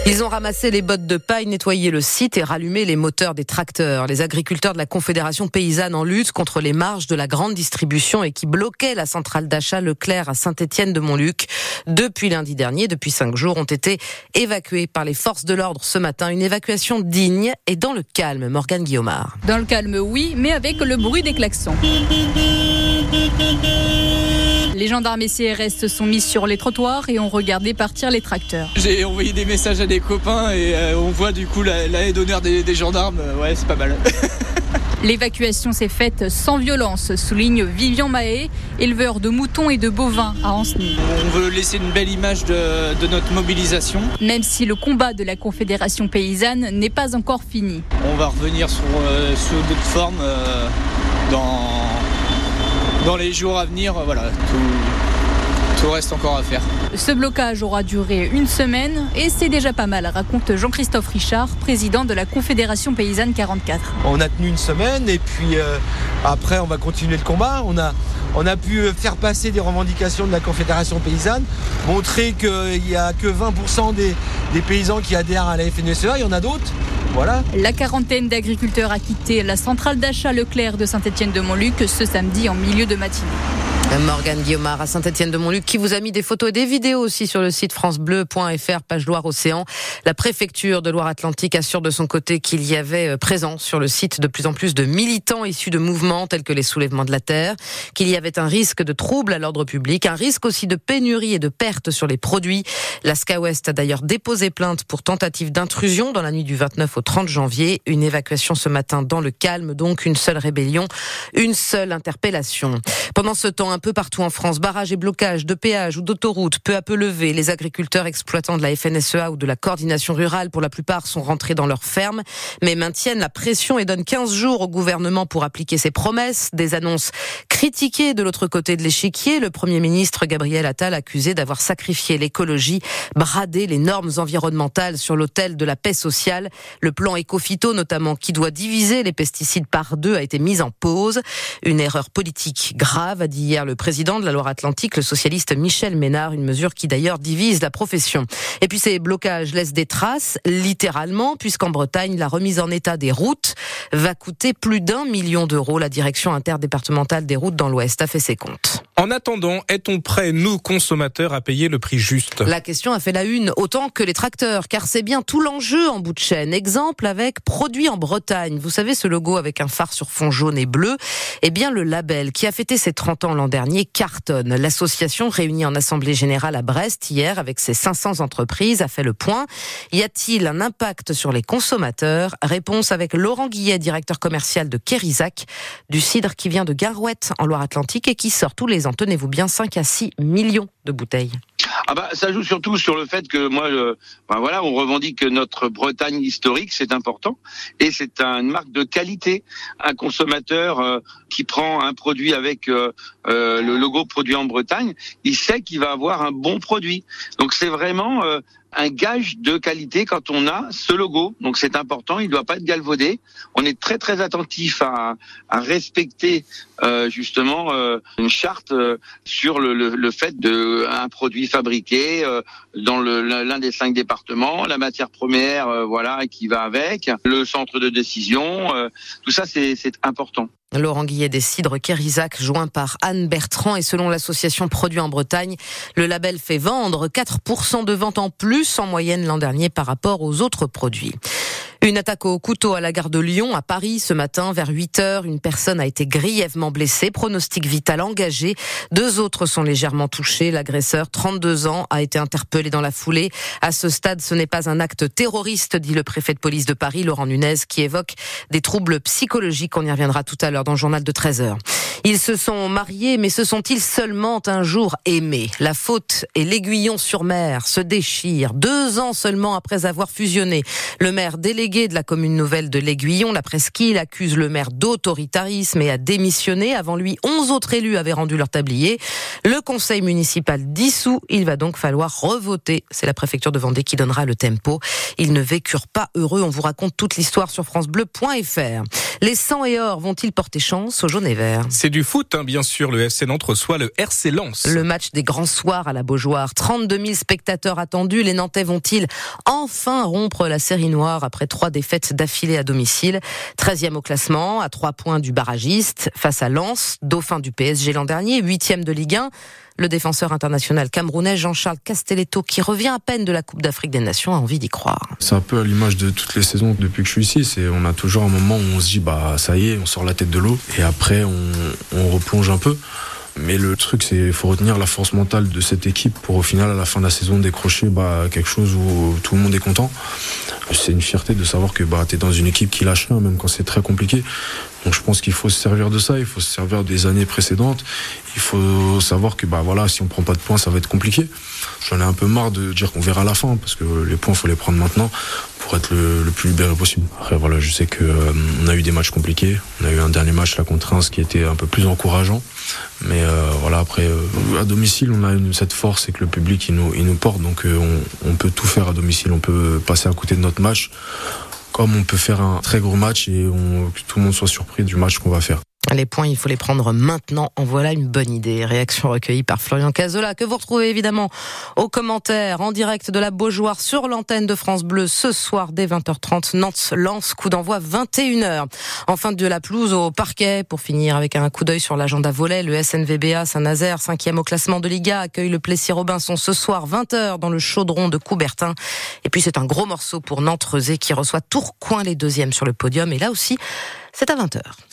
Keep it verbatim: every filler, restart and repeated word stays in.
Ils ont ramassé les bottes de paille, nettoyé le site et rallumé les moteurs des tracteurs. Les agriculteurs de la Confédération paysanne en lutte contre les marges de la grande distribution et qui bloquaient la centrale d'achat Leclerc à Saint-Étienne-de-Montluc depuis lundi dernier, depuis cinq jours, ont été évacués par les forces de l'ordre ce matin. Une évacuation digne et dans le calme. Morgane Guillaumard. Dans le calme, oui, mais avec le bruit des klaxons. Les gendarmes et C R S se sont mis sur les trottoirs et ont regardé partir les tracteurs. J'ai envoyé des messages à des copains et euh, on voit du coup la, la haie d'honneur des, des gendarmes. Ouais, c'est pas mal. L'évacuation s'est faite sans violence, souligne Vivian Mahé, éleveur de moutons et de bovins à Ancenis. On veut laisser une belle image de, de notre mobilisation. Même si le combat de la Confédération paysanne n'est pas encore fini. On va revenir sur, euh, sous d'autres formes euh, dans... Dans les jours à venir, voilà, tout, tout reste encore à faire. Ce blocage aura duré une semaine et c'est déjà pas mal, raconte Jean-Christophe Richard, président de la Confédération paysanne quarante-quatre. On a tenu une semaine et puis euh, après on va continuer le combat. On a, on a pu faire passer des revendications de la Confédération paysanne, montrer qu'il n'y a que vingt pour cent des, des paysans qui adhèrent à la F N S E A, il y en a d'autres. Voilà. La quarantaine d'agriculteurs a quitté la centrale d'achat Leclerc de Saint-Étienne-de-Montluc ce samedi en milieu de matinée. Morgane Guillaumard à Saint-Étienne-de-Montluc qui vous a mis des photos et des vidéos aussi sur le site francebleu point f r, page Loire-Océan. La préfecture de Loire-Atlantique assure de son côté qu'il y avait présent sur le site de plus en plus de militants issus de mouvements tels que les soulèvements de la terre, qu'il y avait un risque de trouble à l'ordre public, un risque aussi de pénurie et de perte sur les produits. La SCA-Ouest a d'ailleurs déposé plainte pour tentative d'intrusion dans la nuit du vingt-neuf au trente janvier. Une évacuation ce matin dans le calme, donc une seule rébellion, une seule interpellation. Pendant ce temps, un peu partout en France, barrages et blocages de péages ou d'autoroutes peu à peu levés. Les agriculteurs exploitants de la F N S E A ou de la coordination rurale, pour la plupart, sont rentrés dans leurs fermes, mais maintiennent la pression et donnent quinze jours au gouvernement pour appliquer ses promesses. Des annonces critiquées de l'autre côté de l'échiquier. Le Premier ministre Gabriel Attal accusé d'avoir sacrifié l'écologie, bradé les normes environnementales sur l'autel de la paix sociale. Le plan Éco-Phyto, notamment, qui doit diviser les pesticides par deux, a été mis en pause. Une erreur politique grave, a dit hier le président de la Loire-Atlantique, le socialiste Michel Ménard, une mesure qui d'ailleurs divise la profession. Et puis ces blocages laissent des traces, littéralement, puisqu'en Bretagne, la remise en état des routes va coûter plus d'un million d'euros. La direction interdépartementale des routes dans l'Ouest a fait ses comptes. En attendant, est-on prêt, nous, consommateurs, à payer le prix juste ? La question a fait la une, autant que les tracteurs, car c'est bien tout l'enjeu en bout de chaîne. Exemple avec Produits en Bretagne. Vous savez, ce logo avec un phare sur fond jaune et bleu. Eh bien, le label, qui a fêté ses trente ans l'an dernier, cartonne. L'association, réunie en assemblée générale à Brest hier avec ses cinq cents entreprises, a fait le point. Y a-t-il un impact sur les consommateurs ? Réponse avec Laurent Guillet, directeur commercial de Kérizac, du cidre qui vient de Garouette en Loire-Atlantique et qui sort tous les ans, tenez-vous bien, cinq à six millions de bouteilles. Ah bah ça joue surtout sur le fait que moi, je, ben voilà, on revendique notre Bretagne historique, c'est important, et c'est une marque de qualité. Un consommateur euh, qui prend un produit avec euh, euh, le logo produit en Bretagne, il sait qu'il va avoir un bon produit. Donc c'est vraiment euh, un gage de qualité quand on a ce logo. Donc c'est important, il ne doit pas être galvaudé. On est très très attentif à, à respecter euh, justement euh, une charte euh, sur le, le, le fait de un produit fabriqué euh, dans le, l'un des cinq départements, la matière première, euh, voilà, qui va avec, le centre de décision. Euh, tout ça c'est, c'est important. Laurent Guillet des cidres Kérizac, joint par Anne Bertrand, et selon l'association Produits en Bretagne, le label fait vendre quatre pour cent de ventes en plus en moyenne l'an dernier par rapport aux autres produits. Une attaque au couteau à la gare de Lyon, à Paris, ce matin, vers huit heures. Une personne a été grièvement blessée, pronostic vital engagé. Deux autres sont légèrement touchés. L'agresseur, trente-deux ans, a été interpellé dans la foulée. À ce stade, ce n'est pas un acte terroriste, dit le préfet de police de Paris, Laurent Nunez, qui évoque des troubles psychologiques. On y reviendra tout à l'heure dans le journal de treize heures. Ils se sont mariés, mais se sont-ils seulement un jour aimés ? La Faute et l'Aiguillon-sur-Mer se déchirent. Deux ans seulement après avoir fusionné. Le maire délégué délégué de la commune nouvelle de l'Aiguillon, la presqu'île, accuse le maire d'autoritarisme et a démissionné. Avant lui, onze autres élus avaient rendu leur tablier. Le conseil municipal dissous, il va donc falloir revoter. C'est la préfecture de Vendée qui donnera le tempo. Ils ne vécurent pas heureux. On vous raconte toute l'histoire sur francebleu point f r. Les sang et or vont-ils porter chance aux jaunes et verts? C'est du foot, hein, bien sûr. Le F C Nantes reçoit le R C Lens. Le match des grands soirs à la Beaujoire. trente-deux mille spectateurs attendus. Les Nantais vont-ils enfin rompre la série noire après trois défaites d'affilée à domicile? treizième au classement, à trois points du barragiste, face à Lens, dauphin du P S G l'an dernier, huitième de Ligue un. Le défenseur international camerounais Jean-Charles Castelletto, qui revient à peine de la Coupe d'Afrique des Nations, a envie d'y croire. C'est un peu à l'image de toutes les saisons depuis que je suis ici. C'est, on a toujours un moment où on se dit, bah ça y est, on sort la tête de l'eau. Et après, on, on replonge un peu. Mais le truc, c'est qu'il faut retenir la force mentale de cette équipe pour au final, à la fin de la saison, décrocher bah, quelque chose où tout le monde est content. C'est une fierté de savoir que bah, tu es dans une équipe qui lâche rien, même quand c'est très compliqué. Donc je pense qu'il faut se servir de ça, il faut se servir des années précédentes. Il faut savoir que bah, voilà, si on prend pas de points, ça va être compliqué. J'en ai un peu marre de dire qu'on verra à la fin, parce que les points, il faut les prendre maintenant pour être le, le plus libéré possible. Après, voilà, je sais qu'on euh, a eu des matchs compliqués. On a eu un dernier match là, contre Reims qui était un peu plus encourageant. Mais euh, voilà, après, euh, à domicile, on a une, cette force, c'est que le public, il nous, il nous porte. Donc euh, on, on peut tout faire à domicile. On peut passer à côté de notre match, comme on peut faire un très gros match et on, que tout le monde soit surpris du match qu'on va faire. Les points, il faut les prendre maintenant. En voilà une bonne idée. Réaction recueillie par Florian Cazola, que vous retrouvez évidemment aux commentaires, en direct de la Beaujoire sur l'antenne de France Bleu ce soir dès vingt heures trente. Nantes lance, coup d'envoi vingt et une heures. Enfin de la pelouse au parquet, pour finir avec un coup d'œil sur l'agenda volet. Le S N V B A Saint-Nazaire, cinquième au classement de Liga, accueille le Plessis-Robinson ce soir vingt heures dans le chaudron de Coubertin. Et puis c'est un gros morceau pour Nantes-Rezé qui reçoit Tourcoing, les deuxièmes sur le podium. Et là aussi, c'est à vingt heures.